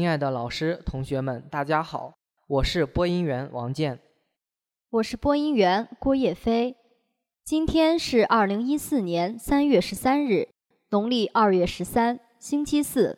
爱的老师、同学们，大家好，我是播音员王健。 我是播音员郭叶飞。今天是2014年3月13日，农历2月13，星期四。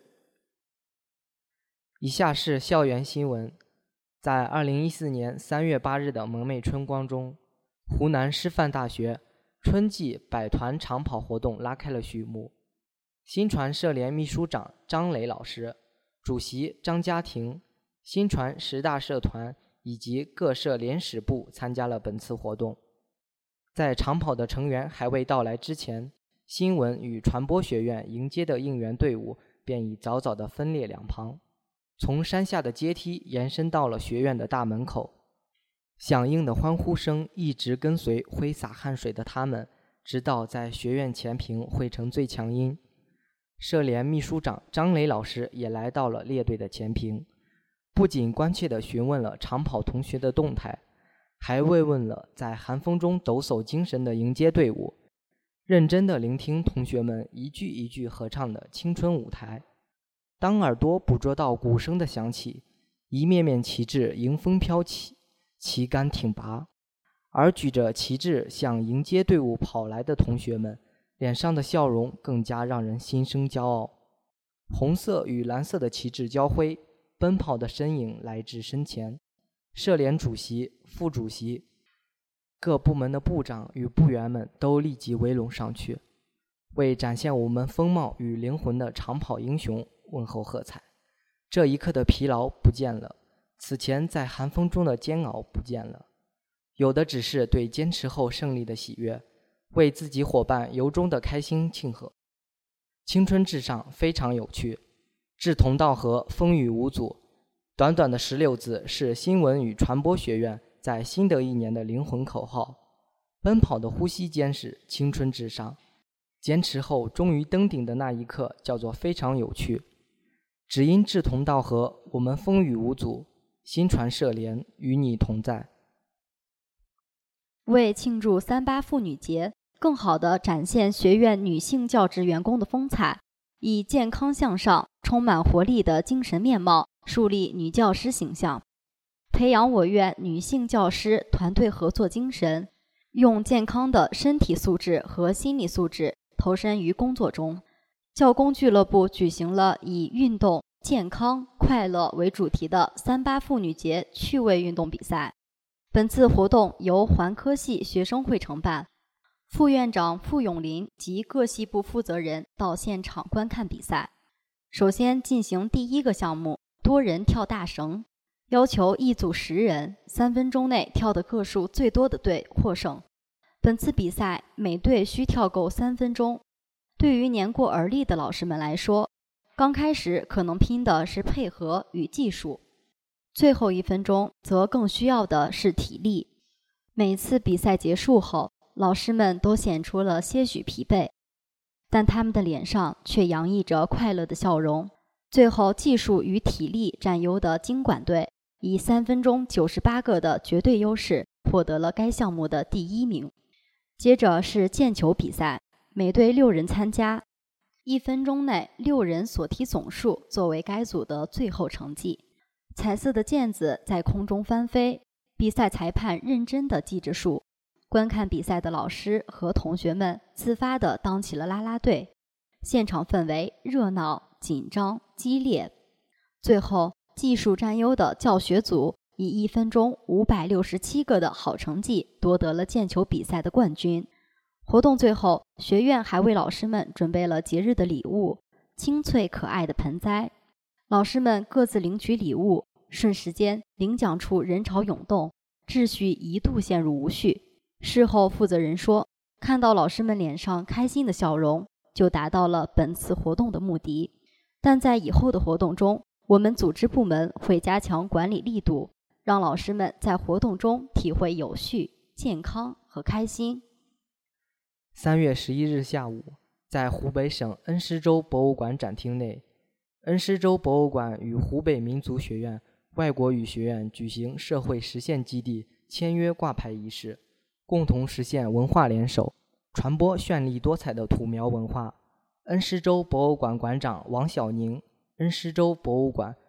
以下是校园新闻。在2014年3月8日的蒙昧春光中，湖南师范大学春季百团长跑活动拉开了序幕。新传社联秘书长张磊老师、主席张家庭、新传10大社团以及各社联史部参加了本次活动。在长跑的成员还未到来之前，新闻与传播学院迎接的应援队伍便已早早地分列两旁，从山下的阶梯延伸到了学院的大门口。响应的欢呼声一直跟随挥洒汗水的他们，直到在学院前屏汇成最强音。社联秘书长张磊老师也来到了列队的前屏，不仅关切地询问了长跑同学的动态，还慰问了在寒风中抖擞精神的迎接队伍，认真地聆听同学们一句一句合唱的青春舞台。当耳朵捕捉到鼓声的响起，一面面旗帜迎风飘起，旗杆挺拔，而举着旗帜向迎接队伍跑来的同学们脸上的笑容更加让人心生骄傲。红色与蓝色的旗帜交辉，奔跑的身影来至身前，社联主席、副主席、各部门的部长与部员们都立即围拢上去，为展现我们风貌与灵魂的长跑英雄问候喝彩。这一刻的疲劳不见了，此前在寒风中的煎熬不见了，有的只是对坚持后胜利的喜悦，为自己伙伴由衷的开心庆贺。青春至上，非常有趣，志同道合，风雨无阻。短短的16字是新闻与传播学院在新的一年的灵魂口号。奔跑的呼吸间是青春至上，坚持后终于登顶的那一刻叫做非常有趣。只因志同道合，我们风雨无阻。新传社联与你同在。 为庆祝38妇女节，更好地展现学院女性教职员工的风采，以健康向上、充满活力的精神面貌树立女教师形象，培养我院女性教师团队合作精神，用健康的身体素质和心理素质投身于工作中。教工俱乐部举行了以运动、健康、快乐为主题的38妇女节趣味运动比赛。本次活动由环科系学生会承办，副院长傅永林及各系部负责人到现场观看比赛。首先进行第一个项目，多人跳大绳，要求一组10人，3分钟内跳的个数最多的队获胜。本次比赛每队需跳够3分钟。对于年过而立的老师们来说，刚开始可能拼的是配合与技术，最后1分钟则更需要的是体力。每次比赛结束后，老师们都显出了些许疲惫，但他们的脸上却洋溢着快乐的笑容。最后技术与体力占优的经管队以3分钟98个的绝对优势获得了该项目的第1名。接着是毽球比赛，每队6人参加，1分钟内6人所踢总数作为该组的最后成绩。彩色的毽子在空中翻飞，比赛裁判认真地记着数。观看比赛的老师和同学们自发地当起了啦啦队，现场氛围热闹、紧张、激烈。最后，技术占优的教学组以1分钟567个的好成绩夺得了毽球比赛的冠军。活动最后，学院还为老师们准备了节日的礼物，清脆可爱的盆栽。老师们各自领取礼物，瞬时间领奖处人潮涌动，秩序一度陷入无序。事后负责人说，看到老师们脸上开心的笑容，就达到了本次活动的目的。但在以后的活动中，我们组织部门会加强管理力度，让老师们在活动中体会有序、健康和开心。 3月11日下午，在湖北省恩施州博物馆展厅内，恩施州博物馆与湖北民族学院外国语学院举行社会实践基地签约挂牌仪式，共同实现文化联手，传播绚丽多彩的土苗文化。恩施州博物馆馆长王小宁、恩施州博物馆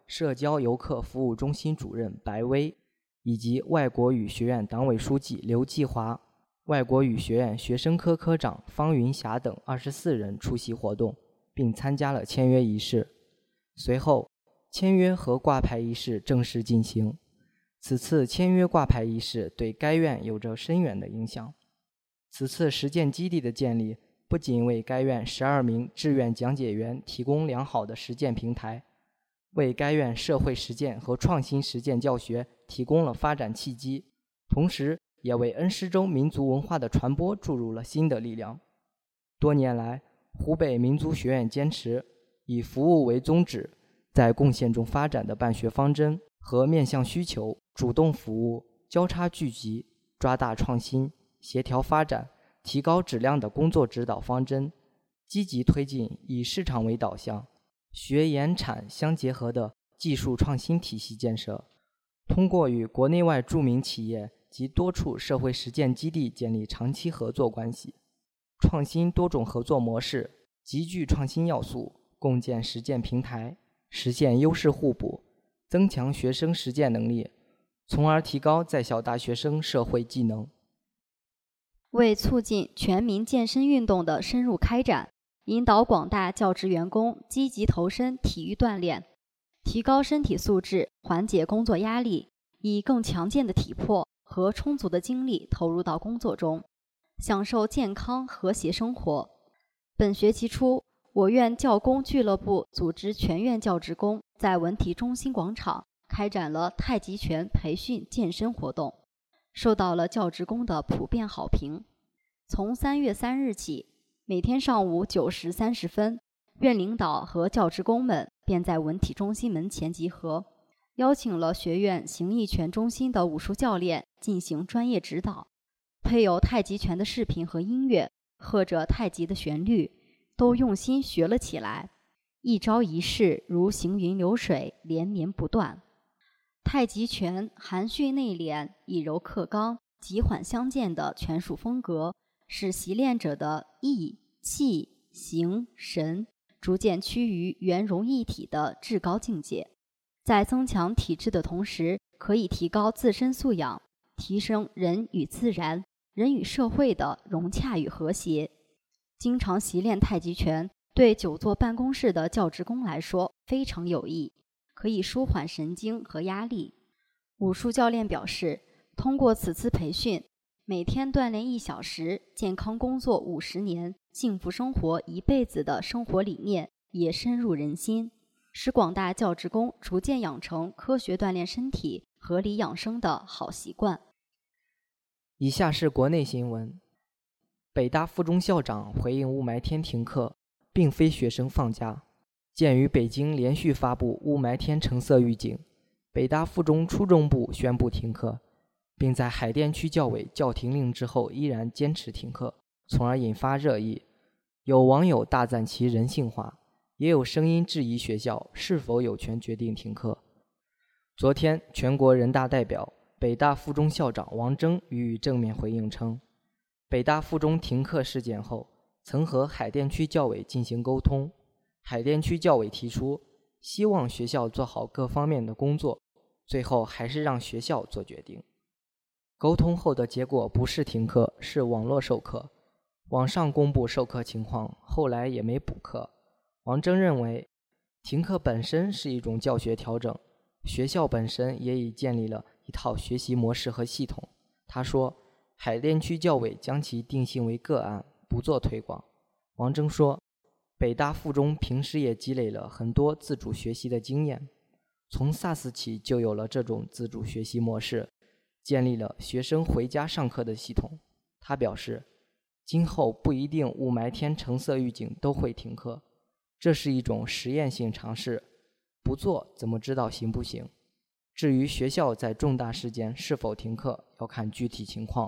社交游客服务中心主任白薇，以及外国语学院党委书记刘继华、外国语学院学生科科长方云霞等24人出席活动，并参加了签约仪式。随后，签约和挂牌仪式正式进行。此次签约挂牌仪式对该院有着深远的影响。此次实践基地的建立，不仅为该院12名志愿讲解员提供良好的实践平台，为该院社会实践和创新实践教学提供了发展契机，同时也为恩施州民族文化的传播注入了新的力量。多年来，湖北民族学院坚持以服务为宗旨，在贡献中发展的办学方针和面向需求、主动服务、交叉聚集、抓大创新、协调发展、提高质量的工作指导方针，积极推进以市场为导向、学研产相结合的技术创新体系建设，通过与国内外著名企业及多处社会实践基地建立长期合作关系，创新多种合作模式，集聚创新要素，共建实践平台，实现优势互补，增强学生实践能力，从而提高在校大学生社会技能。 为促进全民健身运动的深入开展，引导广大教职员工积极投身体育锻炼，提高身体素质，缓解工作压力，以更强健的体魄和充足的精力投入到工作中，享受健康和谐生活。本学期初，我院教工俱乐部组织全院教职工在文体中心广场开展了太极拳培训健身活动，受到了教职工的普遍好评。从3月3日起，每天上午9时30分，院领导和教职工们便在文体中心门前集合，邀请了学院形意拳中心的武术教练进行专业指导，配有太极拳的视频和音乐，和着太极的旋律，都用心学了起来。一招一式如行云流水，连绵不断。太极拳含蓄内敛，以柔克刚，急缓相间的拳术风格，使习练者的意、气、形、神逐渐趋于圆融一体的至高境界。在增强体质的同时，可以提高自身素养，提升人与自然、人与社会的融洽与和谐。经常习练太极拳，对久坐办公室的教职工来说非常有益，可以舒缓神经和压力。武术教练表示，通过此次培训，每天锻炼1小时，健康工作50年，幸福生活一辈子的生活理念也深入人心，使广大教职工逐渐养成科学锻炼身体、合理养生的好习惯。 以下是国内新闻。北大附中校长回应雾霾天停课，并非学生放假。鉴于北京连续发布雾霾天橙色预警，北大附中初中部宣布停课，并在海淀区教委叫停令之后依然坚持停课，从而引发热议。有网友大赞其人性化，也有声音质疑学校是否有权决定停课。昨天，全国人大代表、北大附中校长王征予以正面回应称，北大附中停课事件后，曾和海淀区教委进行沟通，海淀区教委提出希望学校做好各方面的工作，最后还是让学校做决定。沟通后的结果不是停课，是网络授课。网上公布授课情况，后来也没补课。王征认为，停课本身是一种教学调整，学校本身也已建立了一套学习模式和系统。他说，海淀区教委将其定性为个案，不做推广。王征说，北大附中平时也积累了很多自主学习的经验，从 SARS 起就有了这种自主学习模式，建立了学生回家上课的系统。他表示，今后不一定雾霾天橙色预警都会停课，这是一种实验性尝试，不做怎么知道行不行？至于学校在重大事件是否停课，要看具体情况。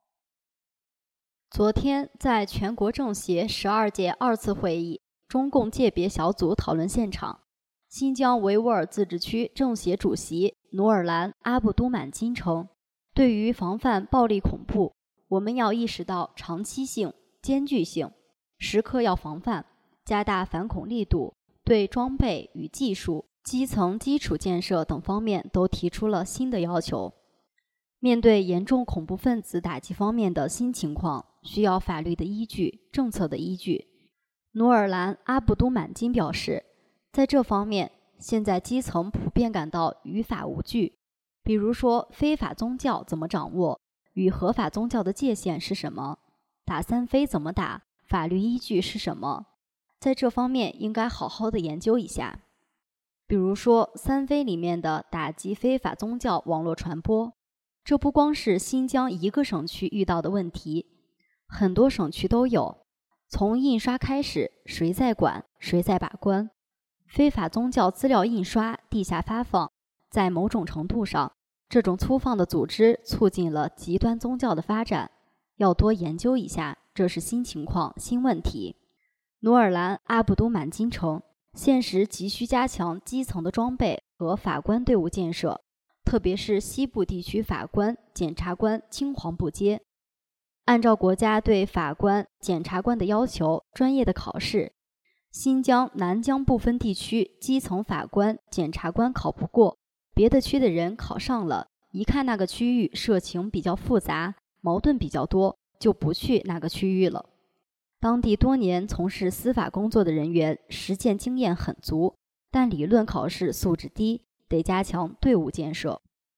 昨天，在全国政协12届2次会议中共界别小组讨论现场，新疆维吾尔自治区政协主席努尔兰·阿布都满金称，对于防范暴力恐怖，我们要意识到长期性、艰巨性，时刻要防范，加大反恐力度，对装备与技术、 基层基础建设等方面都提出了新的要求。面对严重恐怖分子打击方面的新情况，需要法律的依据、政策的依据。努尔兰·阿卜都满金表示，在这方面，现在基层普遍感到于法无据。比如说，非法宗教怎么掌握，与合法宗教的界限是什么？打三非怎么打？法律依据是什么？在这方面应该好好的研究一下。比如说，三非里面的打击非法宗教网络传播，这不光是新疆一个省区遇到的问题，很多省区都有。从印刷开始，谁在管，谁在把关？非法宗教资料印刷、地下发放，在某种程度上，这种粗放的组织促进了极端宗教的发展。要多研究一下，这是新情况、新问题。努尔兰·阿卜都满金称，现实急需加强基层的装备和法官队伍建设，特别是西部地区法官、检察官青黄不接。按照国家对法官、检察官的要求，专业的考试，新疆、南疆部分地区基层法官、检察官考不过，别的区的人考上了，一看那个区域社情比较复杂，矛盾比较多，就不去那个区域了。当地多年从事司法工作的人员实践经验很足，但理论考试素质低，得加强队伍建设。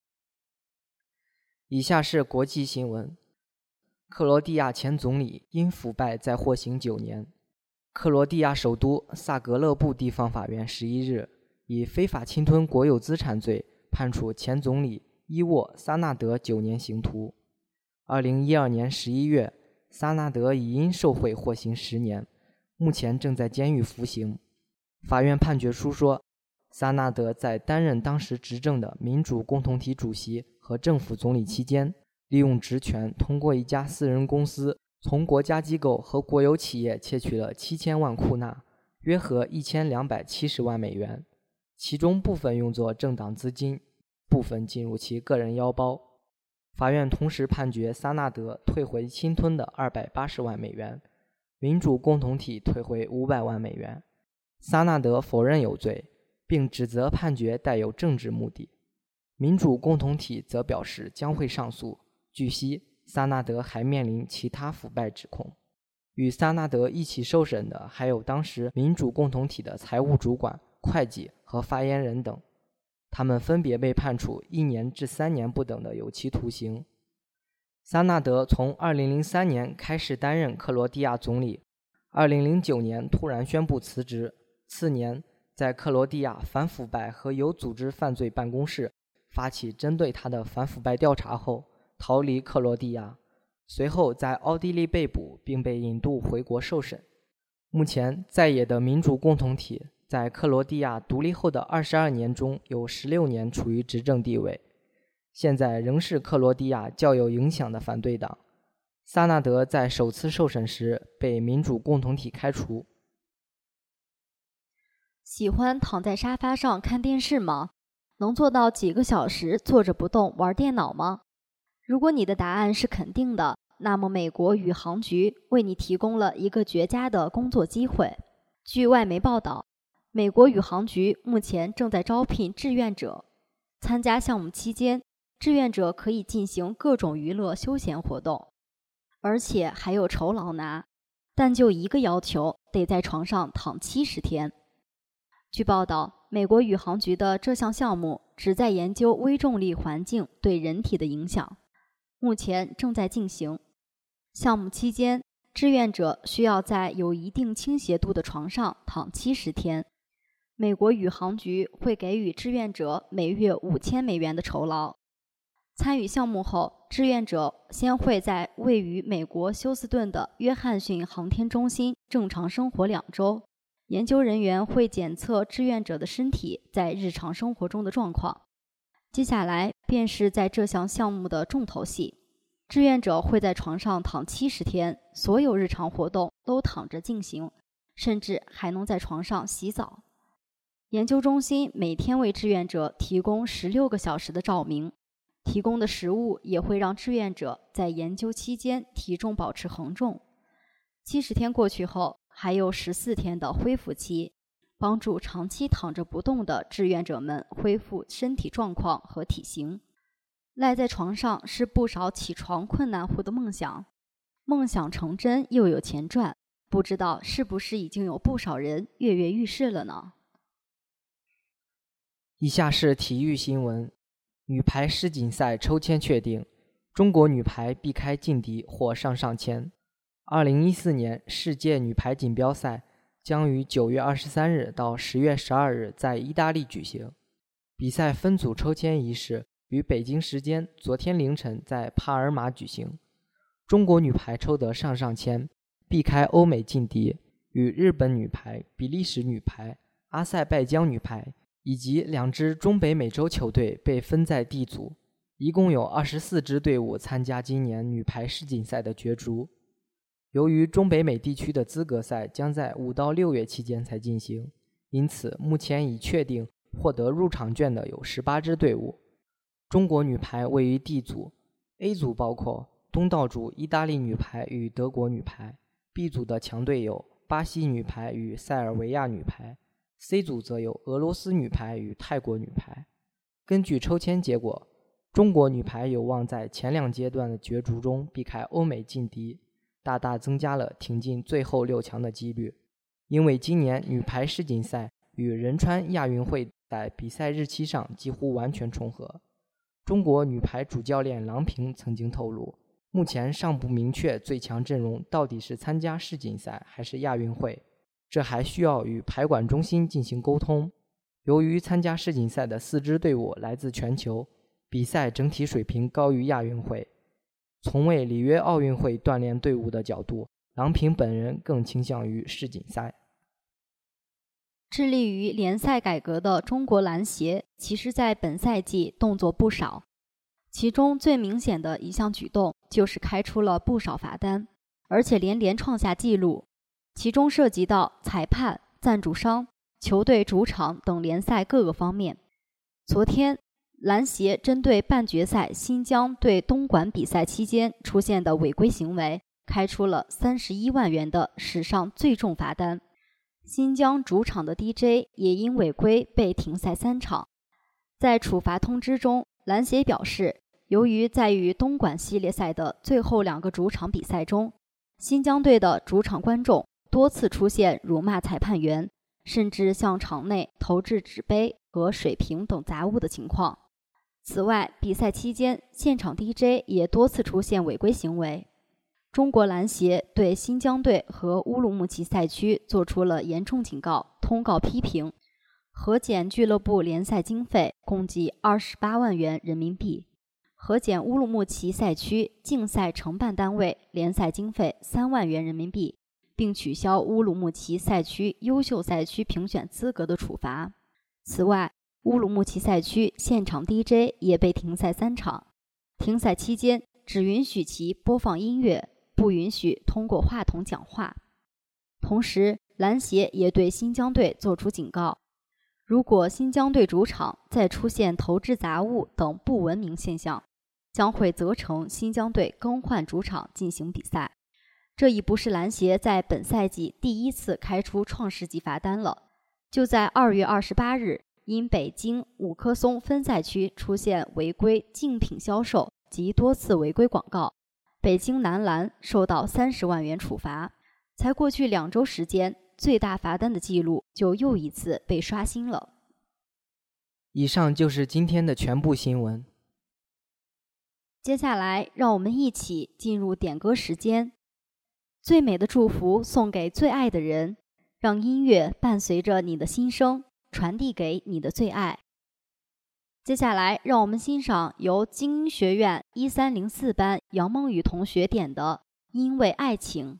以下是国际新闻。克罗地亚前总理因腐败再获刑9年。克罗地亚首都萨格勒布地方法院11日以非法侵吞国有资产罪判处前总理伊沃·萨纳德9年刑徒。2012年11月，萨纳德已因受贿获刑10年，目前正在监狱服刑。法院判决书说，萨纳德在担任当时执政的民主共同体主席和政府总理期间，利用职权通过一家私人公司从国家机构和国有企业窃取了7000万库纳，约合1270万美元，其中部分用作政党资金，部分进入其个人腰包。法院同时判决萨纳德退回侵吞的280万美元，民主共同体退回500万美元。萨纳德否认有罪，并指责判决带有政治目的。民主共同体则表示将会上诉。据悉，萨纳德还面临其他腐败指控。与萨纳德一起受审的还有当时民主共同体的财务主管、会计和发言人等，他们分别被判处1年至3年不等的有期徒刑。萨纳德从2003年开始担任克罗地亚总理，2009年突然宣布辞职。次年，在克罗地亚反腐败和有组织犯罪办公室发起针对他的反腐败调查后，逃离克罗地亚，随后在奥地利被捕，并被引渡回国受审。目前，在野的民主共同体在克罗地亚独立后的22年中有16年处于执政地位，现在仍是克罗地亚较有影响的反对党。萨纳德在首次受审时被民主共同体开除。 喜欢躺在沙发上看电视吗？能做到几个小时坐着不动玩电脑吗？如果你的答案是肯定的，那么美国宇航局为你提供了一个绝佳的工作机会。据外媒报道，美国宇航局目前正在招聘志愿者。参加项目期间，志愿者可以进行各种娱乐休闲活动，而且还有酬劳拿，但就一个要求，得在床上躺70天。据报道，美国宇航局的这项项目旨在研究微重力环境对人体的影响，目前正在进行。项目期间，志愿者需要在有一定倾斜度的床上躺70天。美国宇航局会给予志愿者每月5000美元的酬劳。参与项目后，志愿者先会在位于美国休斯顿的约翰逊航天中心正常生活2周。研究人员会检测志愿者的身体在日常生活中的状况。接下来便是在这项项目的重头戏，志愿者会在床上躺70天，所有日常活动都躺着进行，甚至还能在床上洗澡。研究中心每天为志愿者提供16个小时的照明，提供的食物也会让志愿者在研究期间体重保持衡重。70天过去后，还有14天的恢复期， 帮助长期躺着不动的志愿者们恢复身体状况和体型。赖在床上是不少起床困难户的梦想，梦想成真又有钱赚，不知道是不是已经有不少人跃跃欲试了呢？ 以下是体育新闻：女排世锦赛抽签确定，中国女排避开劲敌或上签。2014年世界女排锦标赛将于9月23日到10月12日在意大利举行。比赛分组抽签仪式于北京时间昨天凌晨在帕尔马举行。中国女排抽得上签，避开欧美劲敌，与日本女排、比利时女排、阿塞拜疆女排以及2支中北美洲球队被分在 D 组，一共有24支队伍参加今年女排世锦赛的角逐。由于中北美地区的资格赛将在5到6月期间才进行，因此目前已确定获得入场券的有18支队伍。中国女排位于 D 组， A 组包括东道主意大利女排与德国女排， B 组的强队有巴西女排与塞尔维亚女排， C 组则有俄罗斯女排与泰国女排。根据抽签结果，中国女排有望在前2阶段的角逐中避开欧美劲敌，大大增加了挺进最后6强的几率。因为今年女排世锦赛与仁川亚运会在比赛日期上几乎完全重合。中国女排主教练郎平曾经透露，目前尚不明确最强阵容到底是参加世锦赛还是亚运会，这还需要与排管中心进行沟通。由于参加世锦赛的4支队伍来自全球，比赛整体水平高于亚运会，从为里约奥运会锻炼队伍的角度，郎平本人更倾向于世锦赛。 致力于联赛改革的中国篮协其实在本赛季动作不少，其中最明显的一项举动就是开出了不少罚单，而且连连创下纪录，其中涉及到裁判、赞助商、球队主场等联赛各个方面。昨天篮协针对半决赛新疆对东莞比赛期间出现的违规行为，开出了31万元的史上最重罚单。新疆主场的 DJ 也因违规被停赛3场。在处罚通知中，篮协表示，由于在与东莞系列赛的最后2个主场比赛中，新疆队的主场观众多次出现辱骂裁判员，甚至向场内投掷纸杯和水瓶等杂物的情况。此外，比赛期间现场 DJ 也多次出现违规行为。中国篮协对新疆队和乌鲁木齐赛区作出了严重警告、通告批评，核减俱乐部联赛经费共计28万元人民币，核减乌鲁木齐赛区竞赛承办单位联赛经费3万元人民币，并取消乌鲁木齐赛区优秀赛区评选资格的处罚。此外，乌鲁木齐赛区现场 DJ 也被停赛3场，停赛期间只允许其播放音乐，不允许通过话筒讲话。同时，篮协也对新疆队作出警告，如果新疆队主场再出现投掷杂物等不文明现象，将会责成新疆队更换主场进行比赛。这已不是篮协在本赛季第1次开出创世纪罚单了。就在2月28日，因北京五棵松分赛区出现违规竞品销售及多次违规广告，北京男篮受到30万元处罚。才过去2周时间，最大罚单的记录就又一次被刷新了。 以上就是今天的全部新闻。 接下来，让我们一起进入点歌时间。最美的祝福送给最爱的人，让音乐伴随着你的心声，传递给你的最爱。接下来，让我们欣赏由精英学院1304班杨梦雨同学点的《因为爱情》。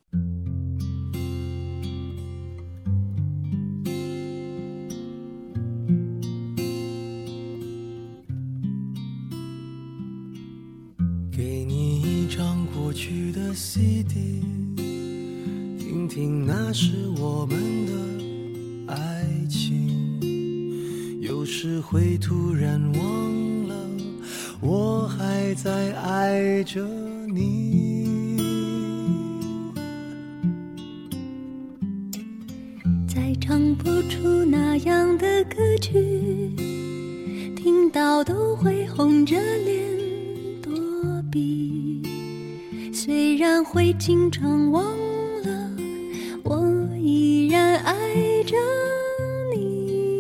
给你一张过去的 CD， 听听那是我们的爱情。有时会突然忘了，我还在爱着你。 再唱不不出那样的歌曲，听到都会红着脸躲避。虽然会经常忘了，我依然爱着你。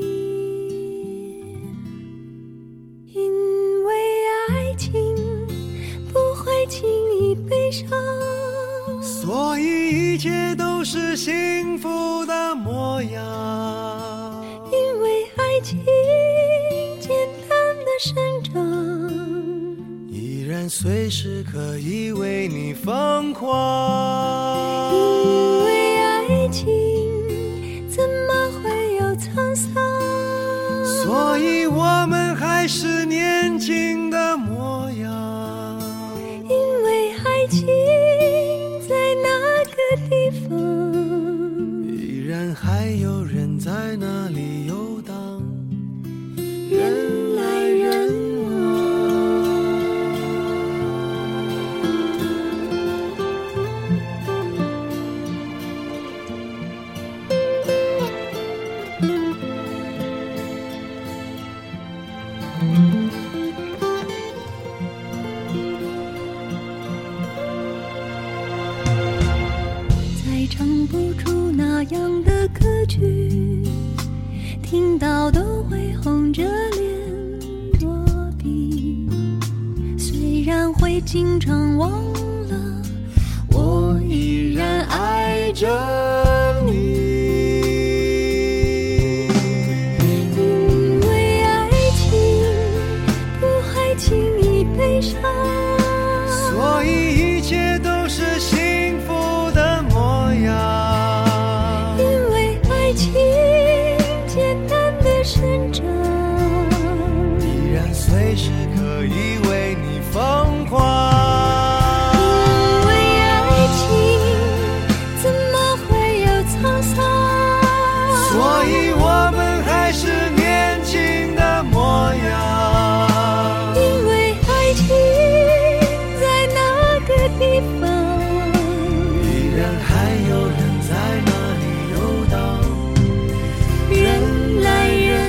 因为爱情不会轻易悲伤， 所以一切都是幸福的模样。 因为爱情简单的生长， 依然随时可以为你疯狂。 因为爱情怎么会有沧桑， 所以我们还是年轻的模样。 因为爱情在那个地方， 依然还有人在那里游荡，人来人往。 再唱不出那样的歌曲，听到都会红着脸躲避。虽然会经常忘了，我依然爱着你。因为爱情不会轻易悲伤， 所以一切都是幸福的模样。 因为爱情简单的生长， 依然随时可以为你疯狂。 因为爱情怎么会有沧桑， 所以我们还是年轻的模样。 因为爱情在那个地方， 依然还有人在那里游荡， 人来人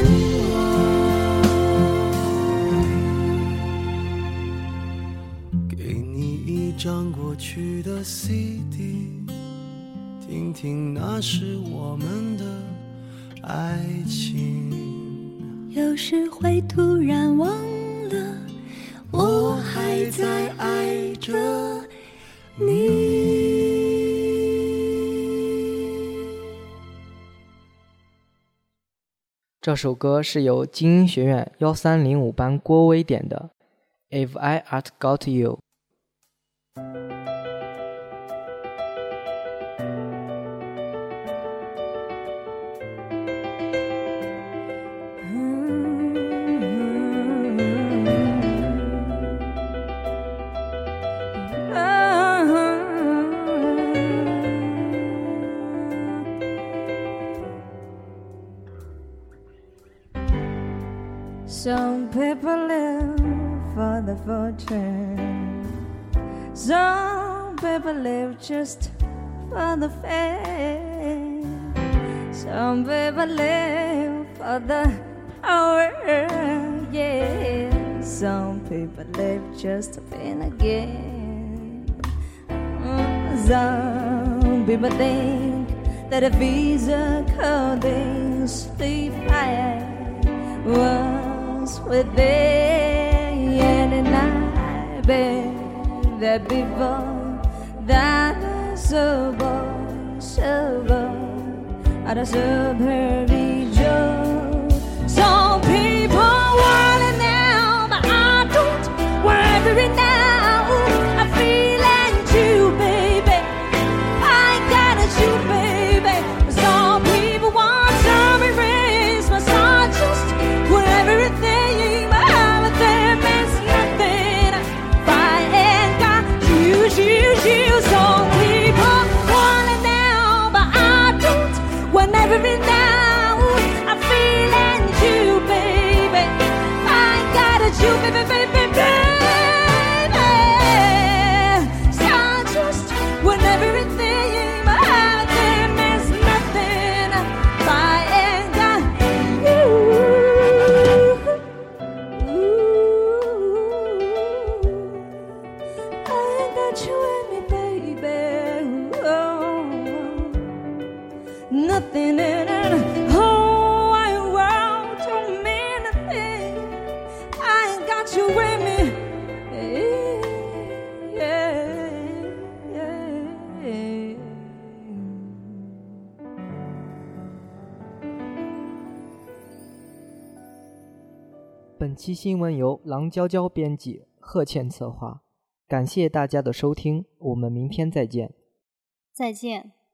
往。 给你一张过去的 CD， 听听那是我们的爱情。 有时会突然忘了，我还在爱着你。 这首歌是由精英学院1305班郭威点的 If I Had Got You。 Some people live for the fortune, some people live just for the fame, some people live for the power, yeah, some people live just to win again. Some people think that a physical things they find was within, and I bet that before that so out of supervision. Some people worry now, but I don't worry now. I feel like you, baby. I got you, baby. Some people want some erase my son, just want everything, but everything means nothing. If I ain't got you. Some people want it now, but I don't want everything now. nothing in it. Oh, I want too many things. I ain't got you with me. 本期新闻由郎娇娇编辑，贺倩策划。感谢大家的收听，我们明天再见。 再见。